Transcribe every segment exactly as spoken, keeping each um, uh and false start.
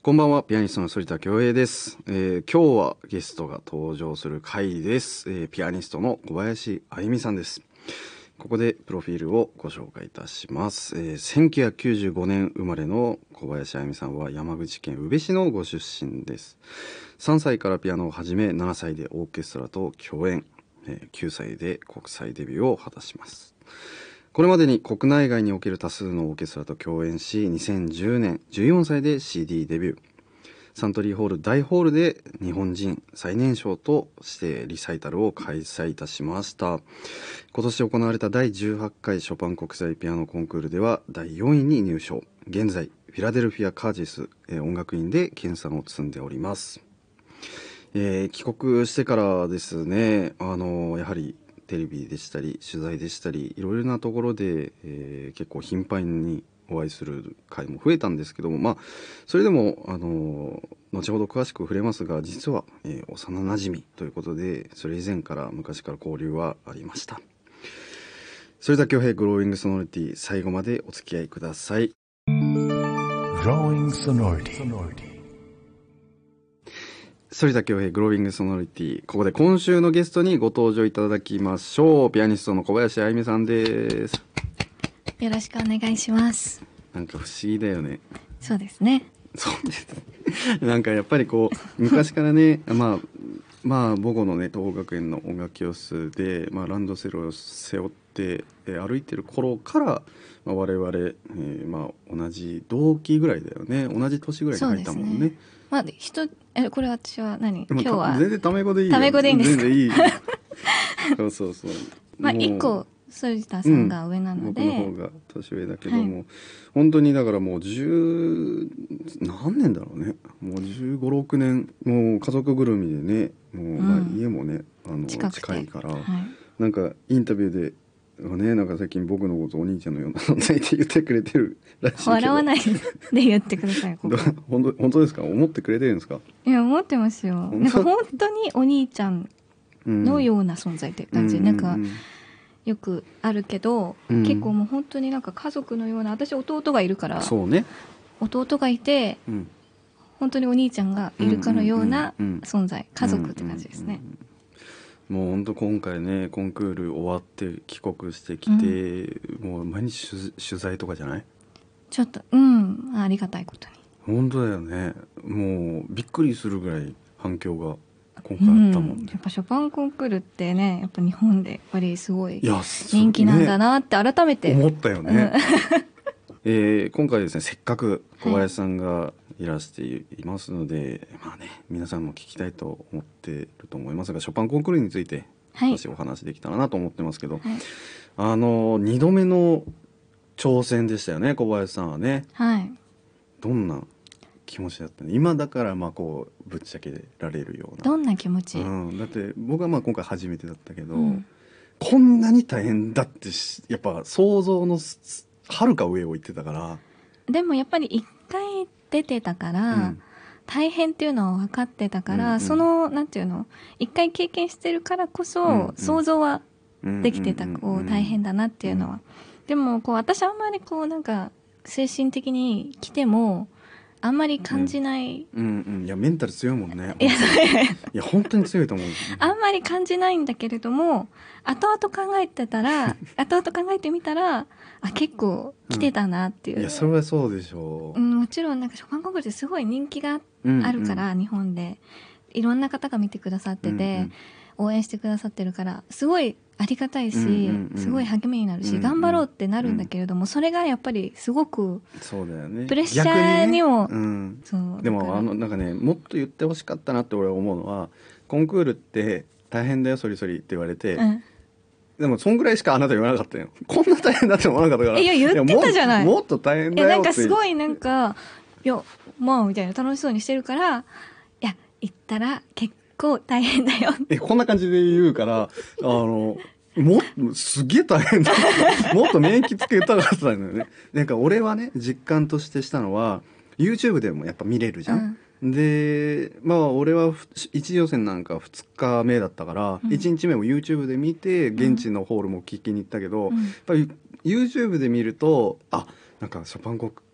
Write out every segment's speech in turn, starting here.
こんばんは、ピアニストの反田恭平です、えー、今日はゲストが登場する回です、えー、ピアニストの小林あゆみさんです。ここでプロフィールをご紹介いたします、えー、せんきゅうひゃくきゅうじゅうごねん生まれの小林あゆみさんは山口県宇部市のご出身です。さんさいからピアノを始め、ななさいでオーケストラと共演、えー、きゅうさいで国際デビューを果たします。これまでに国内外における多数のオーケストラと共演し、にせんじゅうねんじゅうよんさいで シーディー デビュー、サントリーホール大ホールで日本人最年少としてリサイタルを開催いたしました。今年行われただいじゅうはちかいショパン国際ピアノコンクールではだいよんいに入賞。現在フィラデルフィアカージス、えー、音楽院で研鑽を積んでおります。えー、帰国してからですね、あのー、やはりテレビでしたり取材でしたりいろいろなところで、えー、結構頻繁にお会いする回も増えたんですけども、まあそれでもあの後ほど詳しく触れますが、実は、えー、幼なじみということで、それ以前から昔から交流はありました。それでは恭平グローイングソノリティ、最後までお付き合いください。Growing Sonority。反田恭平グローイングソノリティ、ここで今週のゲストにご登場いただきましょう。ピアニストの小林あゆみさんです。 よろしくお願いします。 なんか不思議だよね。 そうですね。 そうですなんかやっぱりこう昔からねまあまあ母校のね東邦学園の音楽教室で、まあ、ランドセルを背負って、えー、歩いてる頃から、まあ、我々、えーまあ、同じ同期ぐらいだよね。同じ年ぐらいに入ったもん ね, ねまあ人えこれ私は何今日は全然タメ語でいいよ。 タメ語でいいんですか。 全然いいそうそうそうまあ一個反田さんが上なので、 うん、僕の方が年上だけども、はい、本当にだからもう十何年だろうね、もうじゅうご、ろくねん、もう家族ぐるみでね、もう、うん、まあ家もねあの近いから、はい、なんかインタビューでね、なんか最近僕のことお兄ちゃんのような存在って言ってくれてるらしいけど、 笑わないで言ってください。ここ本当本当ですか？思ってくれてるんですか？ いや思ってますよ。なんか本当にお兄ちゃんのような存在っていう感じ、うん、なんか、うんうんうん、よくあるけど、うん、結構もう本当になんか家族のような、私弟がいるから、 そうね、 弟がいて、うん、本当にお兄ちゃんがいるかのような存在、家族って感じですね。 うんうんうん、もう本当今回ねコンクール終わって帰国してきて、うん、もう毎日取材とかじゃない？ ちょっとうんありがたいことに。 本当だよね。もうびっくりするぐらい反響が今回あったもんね、うん、 やっぱショパンコンクールってね、やっぱ日本でやっぱりすごい人気なんだなって改めて、 ね、思ったよね、うんえー、今回ですね、せっかく小林さんがいらしていますので、はい、まあね皆さんも聞きたいと思っていると思いますが、ショパンコンクールについて少しお話できたらなと思ってますけど、はい、あのにどめの挑戦でしたよね、小林さんはね。 はい。 どんな気持ちだったね。今だからまあこうぶっちゃけられるような。 どんな気持ち？ うん、だって僕はまあ今回初めてだったけど、うん、こんなに大変だってやっぱ想像のはるか上を言ってたから。 でもやっぱり一回出てたから、うん、大変っていうのは分かってたから、うんうん、そのなんていうの一回経験してるからこそ、うんうん、想像はできてた、こう大変だなっていうのは、うん、でもこう私あんまりこうなんか精神的に来てもあんまり感じない、 うんうんうん、いやメンタル強いもんね。いやいや本当に強いと思う。 あんまり感じないんだけれども、後々考えてたら後々考えてみたらあ結構来てたなっていう、うん、 いやそれはそうでしょう、 うん、もちろんなんかショパンコンクールってすごい人気があるから、うんうん、日本でいろんな方が見てくださってて、うんうん、応援してくださってるからすごいありがたいし、うんうんうん、すごい励みになるし、うんうん、頑張ろうってなるんだけれども、うん、それがやっぱりすごくそうだよね、 プレッシャーにも、 ねうん、そうでもあのなんかね、もっと言ってほしかったなって俺は思うのは、コンクールって大変だよそりそりって言われて、うん、でもそんぐらいしかあなた言わなかったよ。こんな大変だって思わなかったから。 いや言ってたじゃない。 も, もっと大変だよって。 なんかすごいなんかいやまあみたいな楽しそうにしてるから、いや行ったら結構大変だよえこんな感じで言うからあのもっすげえ大変だもっと免疫つけたかったんだよね。なんか俺はね実感としてしたのは YouTube でもやっぱ見れるじゃん、うん、でまあ俺は一次予選なんかふつかめだったから、うん、いちにちめも YouTube で見て現地のホールも聞きに行ったけど、うん、やっぱり YouTube で見るとあなんかショパンコンク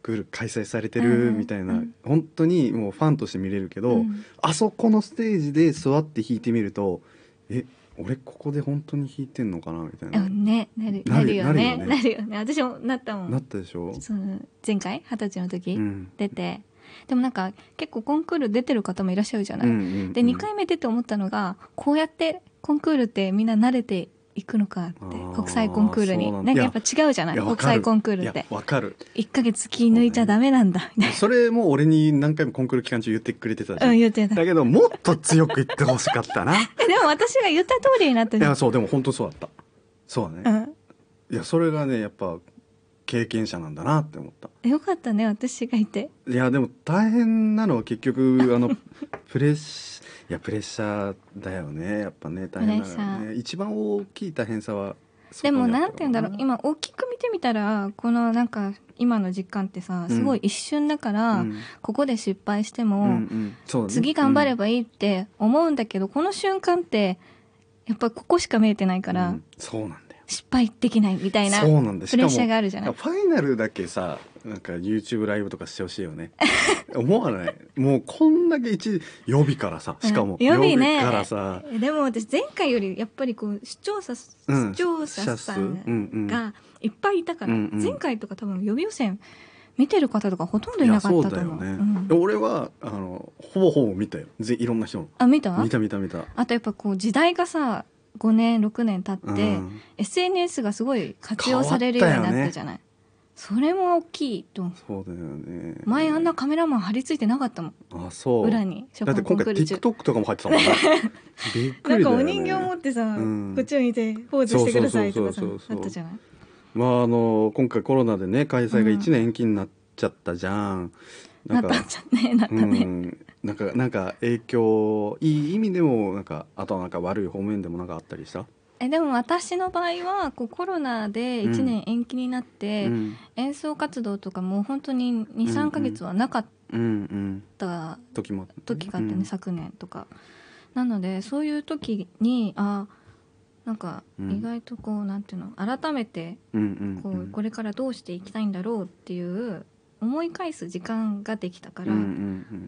クール開催されてるみたいな、 うんうん、 本当にもうファンとして見れるけど、 うん、 あそこのステージで座って弾いてみるとえ俺ここで本当に弾いてんのかなみたいな、 ね、なる、なるよね、なるよね、私もなったもん。 なったでしょ。 その前回二十歳の時、 うん、 出て、でもなんか結構コンクール出てる方もいらっしゃるじゃない、うんうんうん、でにかいめ出て思ったのがこうやってコンクールってみんな慣れていくのかって、国際コンクールになんかやっぱ違うじゃない、国際コンクールって。 わかる。 いっかげつ気抜いちゃダメなんだみたいな。 それも俺に何回もコンクール期間中言ってくれてたじゃん、 うん、言ってた。 だけどもっと強く言ってほしかったなでも私が言った通りになってる。 いやそうでも本当そうだった。そうだね、うん、いやそれがねやっぱ経験者なんだなって思った。 よかったね私がいて。 いやでも大変なのは結局あのプレッシいやプレッシャーだよねやっぱね。大変だよね。一番大きい大変さはでもなんて言うんだろう、今大きく見てみたらこのなんか今の実感ってさすごい一瞬だから、うん、ここで失敗しても、うんうんそうね、次頑張ればいいって思うんだけど、うん、この瞬間ってやっぱここしか見えてないから、うん、 そうなんだよ。 失敗できないみたいなプレッシャーがあるじゃない。 ファイナルだけさなんか YouTube ライブとかしてほしいよね思わない？もうこんだけ一予備からさしかも、 うん、予備ね。 からさでも私前回よりやっぱりこう視聴者、うん、視聴者さんがいっぱいいたから、うんうん、前回とか多分予備予選見てる方とかほとんどいなかったと思う。そうだよね、 うん、俺はあのほぼほぼ見たよ。いろんな人の。 あ見た？ 見た見た見た。 あとやっぱこう時代がさごねんろくねん経って、うん、エスエヌエス がすごい活用されるようになったじゃない、ね、それも大きいと。 そうだよね。 前あんなカメラマン張り付いてなかったもん。 あそう裏にだって今回 TikTok とかも入ってたもんねびっくりだよね。 なんかお人形持ってさ、うん、こっちを見てポーズしてくださいとかさあったじゃない。 まああの今回コロナでね開催がいちねん延期になっちゃったじゃん、 うん、なんかなったねなったね、 うんなんかなんか影響いい意味でもなんかあとはなんか悪い方面でもなんかあったりした？ えでも私の場合はこうコロナでいちねん延期になって、うん、演奏活動とかも本当に にさんかげつはなかった時も時があってね、うん、昨年とかなのでそういう時にあなんか意外とこうなんていうの改めてこうこれからどうしていきたいんだろうっていう思い返す時間ができたから、うんうんうん、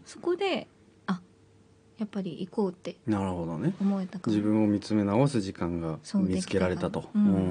そこであやっぱり行こうってなるほどね思えたから、 自分を見つめ直す時間が見つけられたと。そう、うんうん、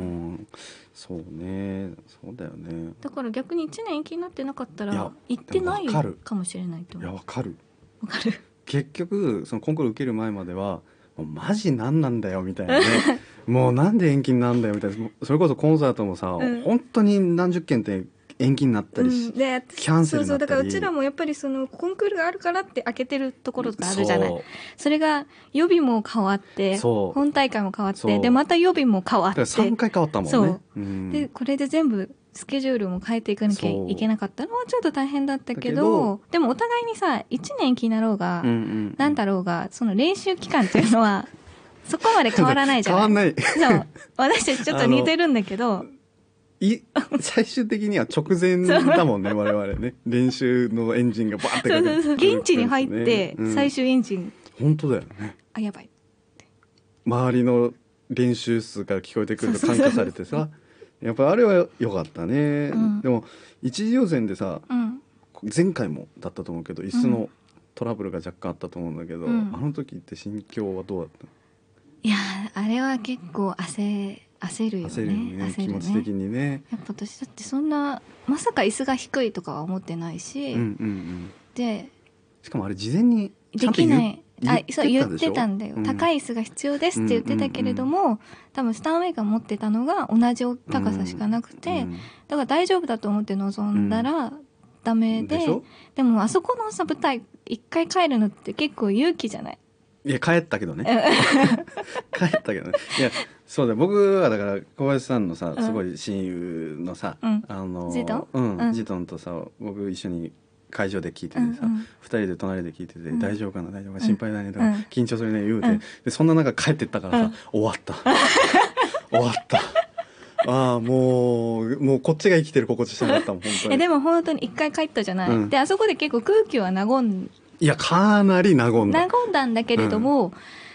そうねそうだよね。 だから逆にいちねん延期になってなかったら行ってないかもしれないと思う。 いやわかるわかる。 結局そのコンクール受ける前まではもうマジ何なんだよみたいなねもうなんで延期になんだよみたいな。それこそコンサートもさ、うん、本当に何十件って延期になったりし、うん、でキャンセルになったり。そうそうだからうちらもやっぱりそのコンクールがあるからって開けてるところとかあるじゃない。 そ, それが予備も変わって本大会も変わってでまた予備も変わってさんかい変わったもんね。 そう、うん、でこれで全部スケジュールも変えていかなきゃいけなかったのはちょっと大変だったけ ど, けどでもお互いにさいちねん延期になろうが、うんうん、なんだろうがその練習期間っていうのはそこまで変わらないじゃない。変わんないそう私たちちょっと似てるんだけどい最終的には直前だもんね我々ね練習のエンジンがバーってかけてそうそうそう現地に入って最終エンジン、 うん、本当だよね。 あやばい周りの練習室から聞こえてくると感化されてさやっぱあれは良かったね、うん、でも一次予選でさ、うん、前回もだったと思うけど椅子のトラブルが若干あったと思うんだけど、うん、あの時って心境はどうだったの？ いやあれは結構焦焦るよね。 焦るよね、焦るね気持ち的にね。 やっぱ私だってそんなまさか椅子が低いとかは思ってないし、うんうんうん、でしかもあれ事前にちゃんと言っあそう言ってたんだよ、うん、高い椅子が必要ですって言ってたけれども、うんうんうん、多分スタンウェイが持ってたのが同じ高さしかなくて、うんうん、だから大丈夫だと思って臨んだらダメで、うん、で, でもあそこのさ舞台一回帰るのって結構勇気じゃない？ いや帰ったけどね帰ったけどね。いやそうだ僕はだから小林さんのさすごい親友のさ、うん、あのジトン、 うんうん、 ジトンとさ僕一緒に会場で聞いててさ、うんうん、ふたりで隣で聞いてて、うん、大丈夫かな大丈夫か心配だねとか、うん、緊張するね言うて、うん、でそんな中帰ってったからさ、うん、終わった終わったああもうもうこっちが生きてる心地しなかったもん本当に。 でも本当に一回帰ったじゃない、うん、であそこで結構空気は和んいやかなり和んだ和んだんだけれども、うん、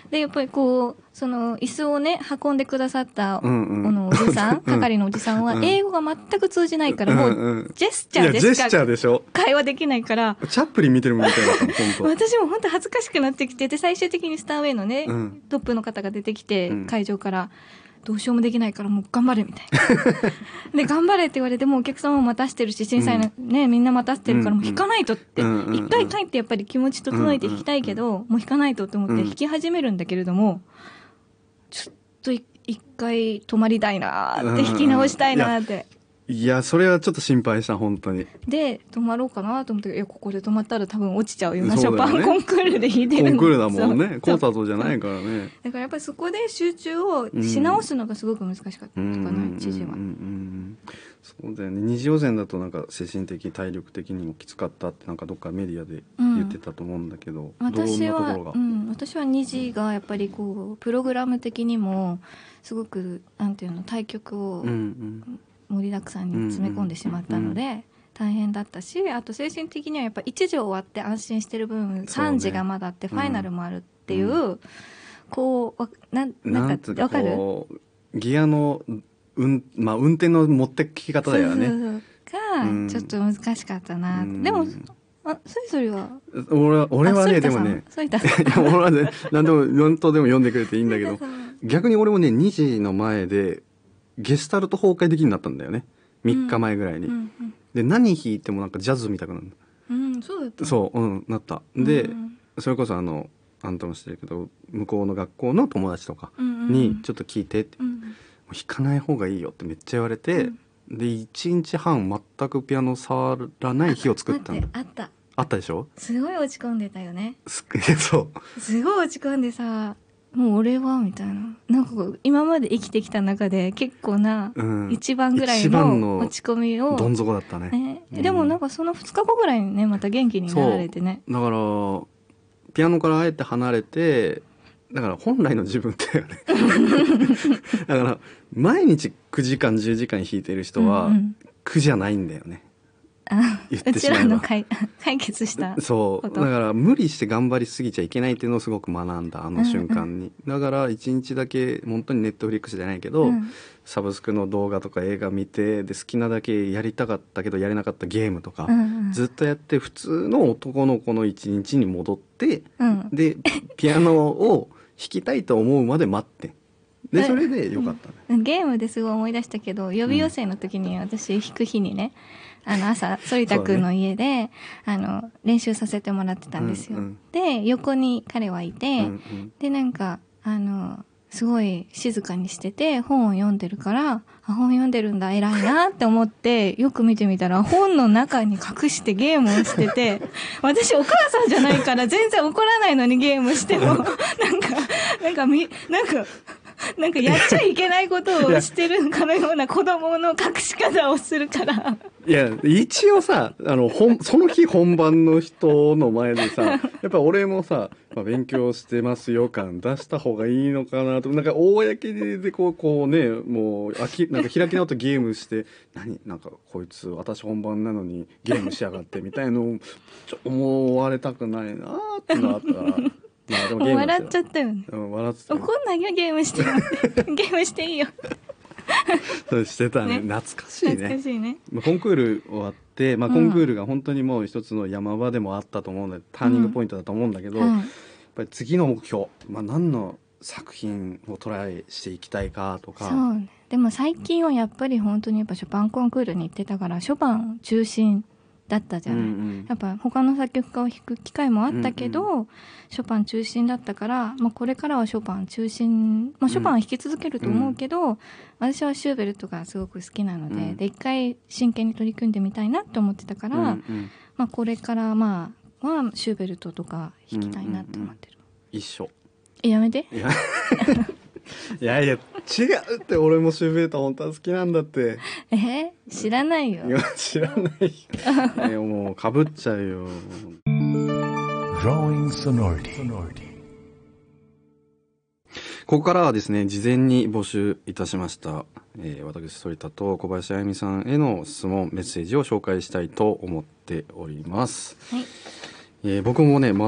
でやっぱりこうその椅子をね運んでくださった、 うんうん、 このおじさん係のおじさんは英語が全く通じないから、もうジェスチャーでしか会話できないから、 チャップリン見てるみたいだった本当私も本当恥ずかしくなってきて、で最終的にスターウェイのね、うん、トップの方が出てきて、うん、会場からどうしようもできないからもう頑張れみたいなで頑張れって言われて、もうお客様も待たしてるし審査員の、ねうん、みんな待たせてるからもう弾かないとって、うんうん、一回帰ってやっぱり気持ち整えて弾きたいけど、うんうん、もう弾かないとって思って弾き始めるんだけれども、ちょっと一回止まりたいなって弾き直したいなって、 いやそれはちょっと心配した本当に。 で止まろうかなと思って、いやここで止まったら多分落ちちゃうようなショパンコンクールで弾いてるんです。 コンクールだもんね、コンサートじゃないからね。 だからやっぱりそこで集中をし直すのがすごく難しかったかな、知事は。 そうだよね。二次予選だとなんか精神的体力的にもきつかったってなんかどっかメディアで言ってたと思うんだけど、 うん、私はどんなところが、 うん、私は二次がやっぱりこうプログラム的にもすごくなんていうの対局を、うんうん盛りだくさんに詰め込んでしまったので大変だったし、あと精神的にはやっぱいち次終わって安心してる分さん次がまだあってファイナルもあるっていう、うん、こうななんかわかるギアの、うんまあ、運転の持ってき方だよね。 そうそうそうがちょっと難しかったな、うん、でもあそれぞれは俺は俺はねでもね俺はね何でも何とでも読んでくれていいんだけど逆に俺もねに次の前でゲスタルト崩壊的になったんだよね、みっかまえぐらいに、うんうんうん、で何弾いてもなんかジャズ見たくなる、 うん、そうだったそう、うん、なったで、うん、それこそあのあんたも知ってるけど向こうの学校の友達とかにちょっと聞いてって、うんうん、弾かない方がいいよってめっちゃ言われて、うん、でいちにちはん全くピアノ触らない日を作ったの。 あったあったでしょ。 すごい落ち込んでたよね。 そうすごい落ち込んでさ、もう俺はみたいな、なんか今まで生きてきた中で結構な一番ぐらいの落ち込みを、 どん底だったね、 ね、うん、でもなんかそのふつかごぐらいにねまた元気になられてね。 だからピアノからあえて離れて、だから本来の自分だよねだから毎日くじかんじゅうじかん弾いてる人は苦じゃないんだよね、 あうちらの解決したそうだから無理して頑張りすぎちゃいけないっていうのをすごく学んだあの瞬間に、うんうん、だからいちにちだけ本当にネットフリックスじゃないけど、うん、サブスクの動画とか映画見てで好きなだけやりたかったけどやれなかったゲームとか、うんうん、ずっとやって普通の男の子のいちにちに戻って、うん、でピアノを弾きたいと思うまで待ってでそれでよかったね、 うん、ゲームですごい思い出したけど予備予選の時に私弾く日にね、あの朝反田君の家で、ね、あの練習させてもらってたんですよ、うんうん、で横に彼はいて、うんうん、でなんかあのすごい静かにしてて本を読んでるから、あ本読んでるんだ偉いなって思ってよく見てみたら本の中に隠してゲームをしてて私お母さんじゃないから全然怒らないのにゲームしてもなんかなんかみなんかなんかやっちゃいけないことをしてるかのような子供の隠し方をするからいや一応さあのほんその日本番の人の前でさやっぱ俺もさ、まあ、勉強してますよ感出した方がいいのかなと、なんか公でこうこうねもうあきなんか開き直ってゲームして何なんかこいつ私本番なのにゲームしやがってみたいのをちょ思われたくないなってのがあったからまあ、でもゲーム笑っちゃったよね、 うん、笑ってたよ。 怒んないよゲームしてゲームしていいよそうしてたね、懐かしいね。 懐かしいね。 まあ、コンクール終わって、まあ、コンクールが本当にもう一つの山場でもあったと思うので、うん、ターニングポイントだと思うんだけど、うん、やっぱり次の目標、まあ、何の作品をトライしていきたいかとか。 そうね。でも最近はやっぱり本当にやっぱショパンコンクールに行ってたからショパン中心だったじゃない、うんうん、やっぱ他の作曲家を弾く機会もあったけど、うんうん、ショパン中心だったから、まあ、これからはショパン中心、まあ、ショパンは弾き続けると思うけど、うん、私はシューベルトがすごく好きなので、うん、で一回真剣に取り組んでみたいなと思ってたから、うんうん、まあ、これからまあはシューベルトとか弾きたいなと思ってる、うんうんうん、一緒。 えやめていやいやいや違うって俺もシューベルト本当は好きなんだって。 え知らないよ。 いや知らないよもうかぶっちゃうよ。ここからはですね事前に募集いたしました、えー、私反田と小林あゆみさんへの質問メッセージを紹介したいと思っております、 はい。 えー、僕もねまだ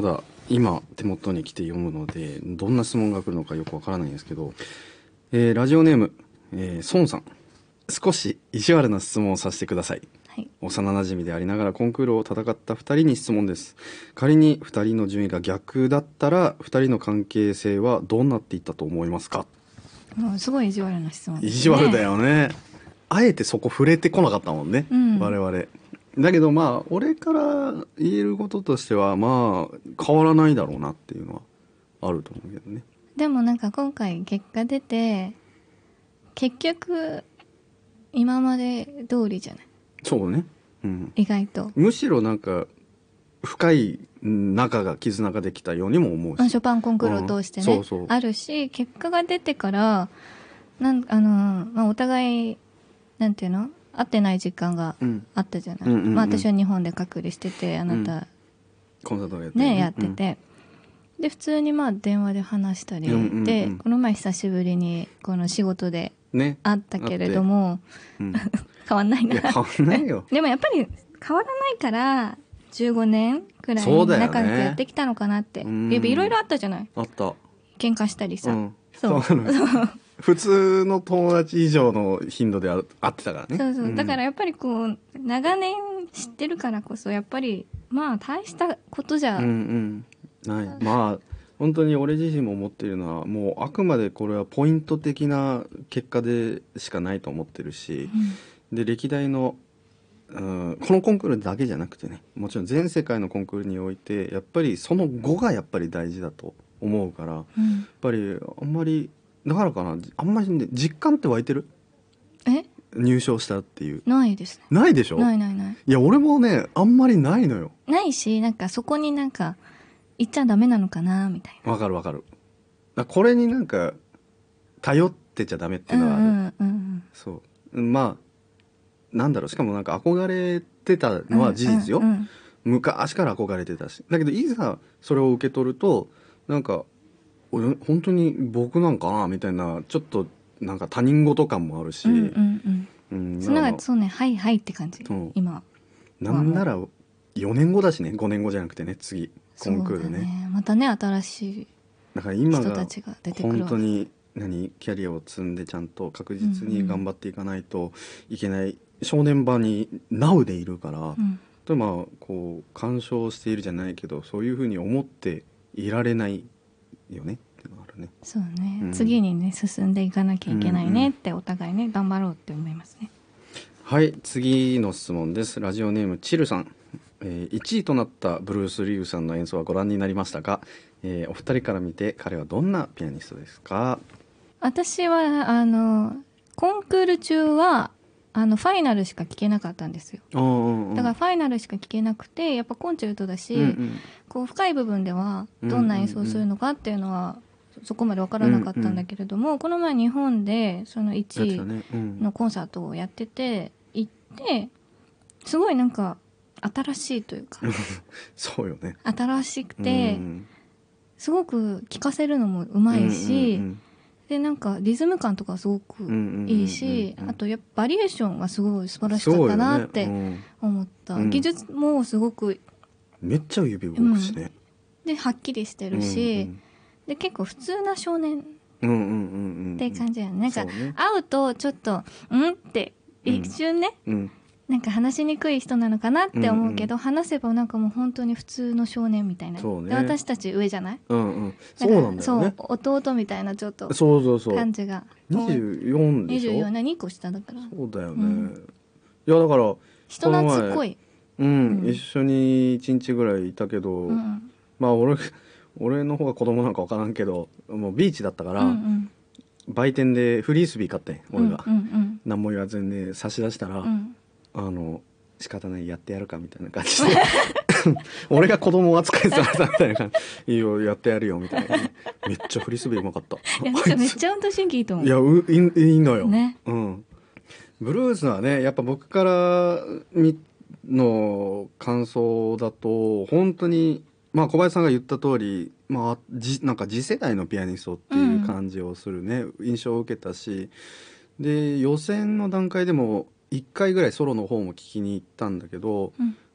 今手元に来て読むのでどんな質問が来るのかよくわからないんですけど、えー、ラジオネーム、えー、孫さん、少し意地悪な質問をさせてください。 はい、 幼馴染でありながらコンクールを戦ったふたりに質問です。仮にふたりの順位が逆だったらふたりの関係性はどうなっていったと思いますか？ もうすごい意地悪な質問ですね。 意地悪だよね。あえてそこ触れてこなかったもんね、うん、我々だけどまあ俺から言えることとしてはまあ変わらないだろうなっていうのはあると思うけどね。 でもなんか今回結果出て結局今まで通りじゃない。 そうね、うん、 意外とむしろなんか深い仲が絆ができたようにも思うし、 ショパンコンクールを通してね、うん、そうそうあるし、結果が出てからなんあの、まあ、お互いなんていうの会ってない時間があったじゃない、うんうんうんうん、まあ、私は日本で隔離しててあなた、うん、 コンサートやってね、ねやってて、うん、で普通にまあ電話で話したり、うんうんうん、でこの前久しぶりにこの仕事で会ったけれども、ねうん、変わんないな。 いや変わんないよ。 でもやっぱり変わらないからじゅうごねんくらい仲良くやってきたのかなって、ね、いろいろあったじゃない。 あった喧嘩したりさ、うん、 そうそう普通の友達以上の頻度で会ってたからね。 そうそう、うん、だからやっぱりこう長年知ってるからこそやっぱりまあ大したことじゃ、うんうん、ない。まあ本当に俺自身も思っているのはもうあくまでこれはポイント的な結果でしかないと思ってるし、うん、で歴代の、うん、このコンクールだけじゃなくてね、もちろん全世界のコンクールにおいてやっぱりその後がやっぱり大事だと思うから、うん、やっぱりあんまりだからかな、あんまり、ね、実感って湧いてる？ え？ 入賞したっていう。 ないですね。 ないでしょ？ ないないない。 いや俺もねあんまりないのよ。 ないし、なんかそこになんか言っちゃダメなのかなみたいな。 わかるわかる。だこれになんか頼ってちゃダメっていうのはある、うんうんうん、そうまあなんだろう、しかもなんか憧れてたのは事実よ、うんうんうん、昔から憧れてたし、だけどいざそれを受け取るとなんか俺本当に僕なんかなみたいなちょっとなんか他人事感もあるし、うんうんうん、そのそうね、はいはいって感じ、うん、今なんならよねんごだしね、ごねんごじゃなくてね、次コンクール ね, ねまたね新しい人たちが出てくる。 本当に何キャリアを積んでちゃんと確実に頑張っていかないといけない、うんうん、正念場に ナウ でいるから、うん、とまあこう干渉しているじゃないけどそういうふうに思っていられないよねってのがあるね。 そうね、うん、次にね進んでいかなきゃいけないねってお互いね頑張ろうって思いますね。 はい、次の質問です。ラジオネームチルさん、えー、いちいとなったブルース・リーウさんの演奏はご覧になりましたか？えー、お二人から見て彼はどんなピアニストですか？ 私はあのコンクール中はあのファイナルしか聴けなかったんですよ。だからファイナルしか聴けなくてやっぱコンチェルトだし、うんうん、こう深い部分ではどんな演奏するのかっていうのはそこまで分からなかったんだけれども、うんうん、この前日本でそのいちいのコンサートをやってて行ってすごいなんか新しいというかそうよね、 新しくて、うん、すごく聴かせるのもうまいし、うんうんうん、でなんかリズム感とかすごくいいし、うんうんうんうん、あとやっぱバリエーションがすごい素晴らしかったなって思った、ねうん、技術もすごくめっちゃ指動くしね、 うん、ではっきりしてるし、うんうん、で結構普通な少年って感じだよね。なんか会うとちょっとんって一瞬ね、うんうんなんか話しにくい人なのかなって思うけど、うんうん、話せばなんかもう本当に普通の少年みたいな、ね、で私たち上じゃない、 うんうん、そうなんだよね。 そう弟みたいなちょっと感じがにじゅうよんでしょ。 にじゅうよんねにこ下だからそうだよね、うん、いやだから人懐っこい、 うんうん、一緒にいちにちぐらいいたけど、うん、まあ俺俺の方が子供なんか分からんけどもうビーチだったから、うんうん売店でフリースビー買って俺が、うんうんうん、何も言わずに、ね、差し出したら、うんあの仕方ないやってやるかみたいな感じで俺が子供扱いされたみたいな感じいいよやってやるよみたいなめっちゃフリスビーうまかった。 いやなんかめっちゃ運動神経いいと思う。 いやういいいのよ、ねうん、ブルースはねやっぱ僕からの感想だと本当にまあ小林さんが言った通り、まあ、じなんか次世代のピアニストっていう感じをするね、うん、印象を受けたしで予選の段階でもいっかいぐらいソロの方も聞きに行ったんだけど、うん、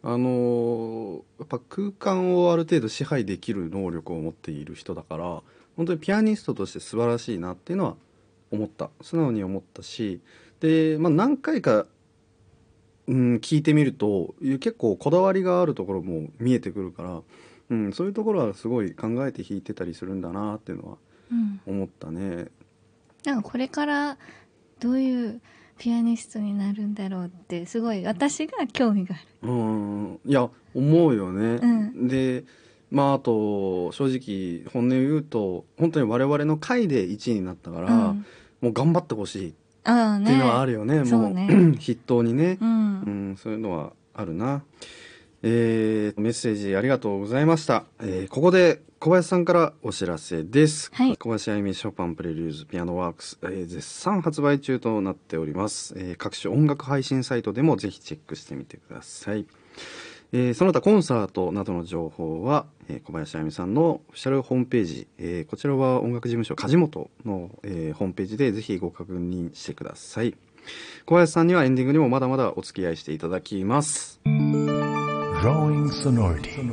あのーやっぱ空間をある程度支配できる能力を持っている人だから、本当にピアニストとして素晴らしいなっていうのは思った。素直に思ったし、で、まあ、何回か、うん、聞いてみると結構こだわりがあるところも見えてくるから、うん、そういうところはすごい考えて弾いてたりするんだなっていうのはうん思ったね。 なんかこれからどういうピアニストになるんだろうってすごい私が興味がある。 うん、いや思うよね。 うん、 で、まああと正直本音を言うと本当に我々の会でいちいになったから、 うん、 もう頑張ってほしいっああね、 ていうのはあるよね。もうそうね筆頭にね、 ううんん、そういうのはあるな。えー、メッセージありがとうございました。えーここで小林さんからお知らせです。 はい、 小林愛実ショパンプレリューズピアノワークス、えー絶賛発売中となっております。えー各種音楽配信サイトでもぜひチェックしてみてください。えーその他コンサートなどの情報は、えー小林愛実さんのオフィシャルホームページ、えーこちらは音楽事務所梶本の、えーホームページでぜひご確認してください。小林さんにはエンディングにもまだまだお付き合いしていただきます。 Drawing Sonority.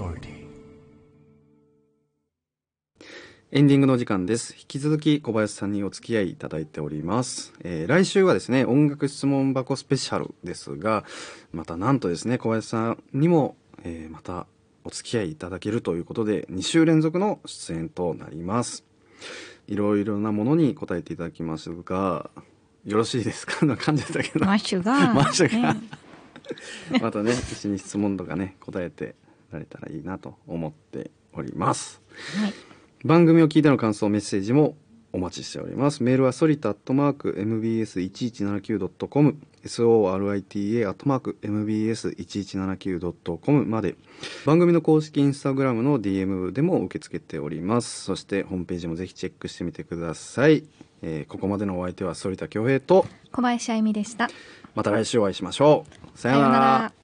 エンディングの時間です。引き続き小林さんにお付き合いいただいております。えー来週はですね、音楽質問箱スペシャルですが、またなんとですね、小林さんにも、えーまたお付き合いいただけるということで、に週連続の出演となります。いろいろなものに答えていただきますが、よろしいですかの感じだけど。 マッシュがマッシュがね、 またね、一緒に質問とかね、答えてられたらいいなと思っております。 はい、 番組を聞いての感想メッセージもお待ちしております。メールはソリタアットマーク エムビーエスいちいちななきゅうドットコム ソリタ アットマーク エムビーエスいちいちななきゅうドットコム まで。番組の公式インスタグラムの ディーエム でも受け付けております。そしてホームページもぜひチェックしてみてください。えーここまでのお相手は反田恭平と、 小林愛実でした。 また来週お会いしましょう。さようなら。 さようなら。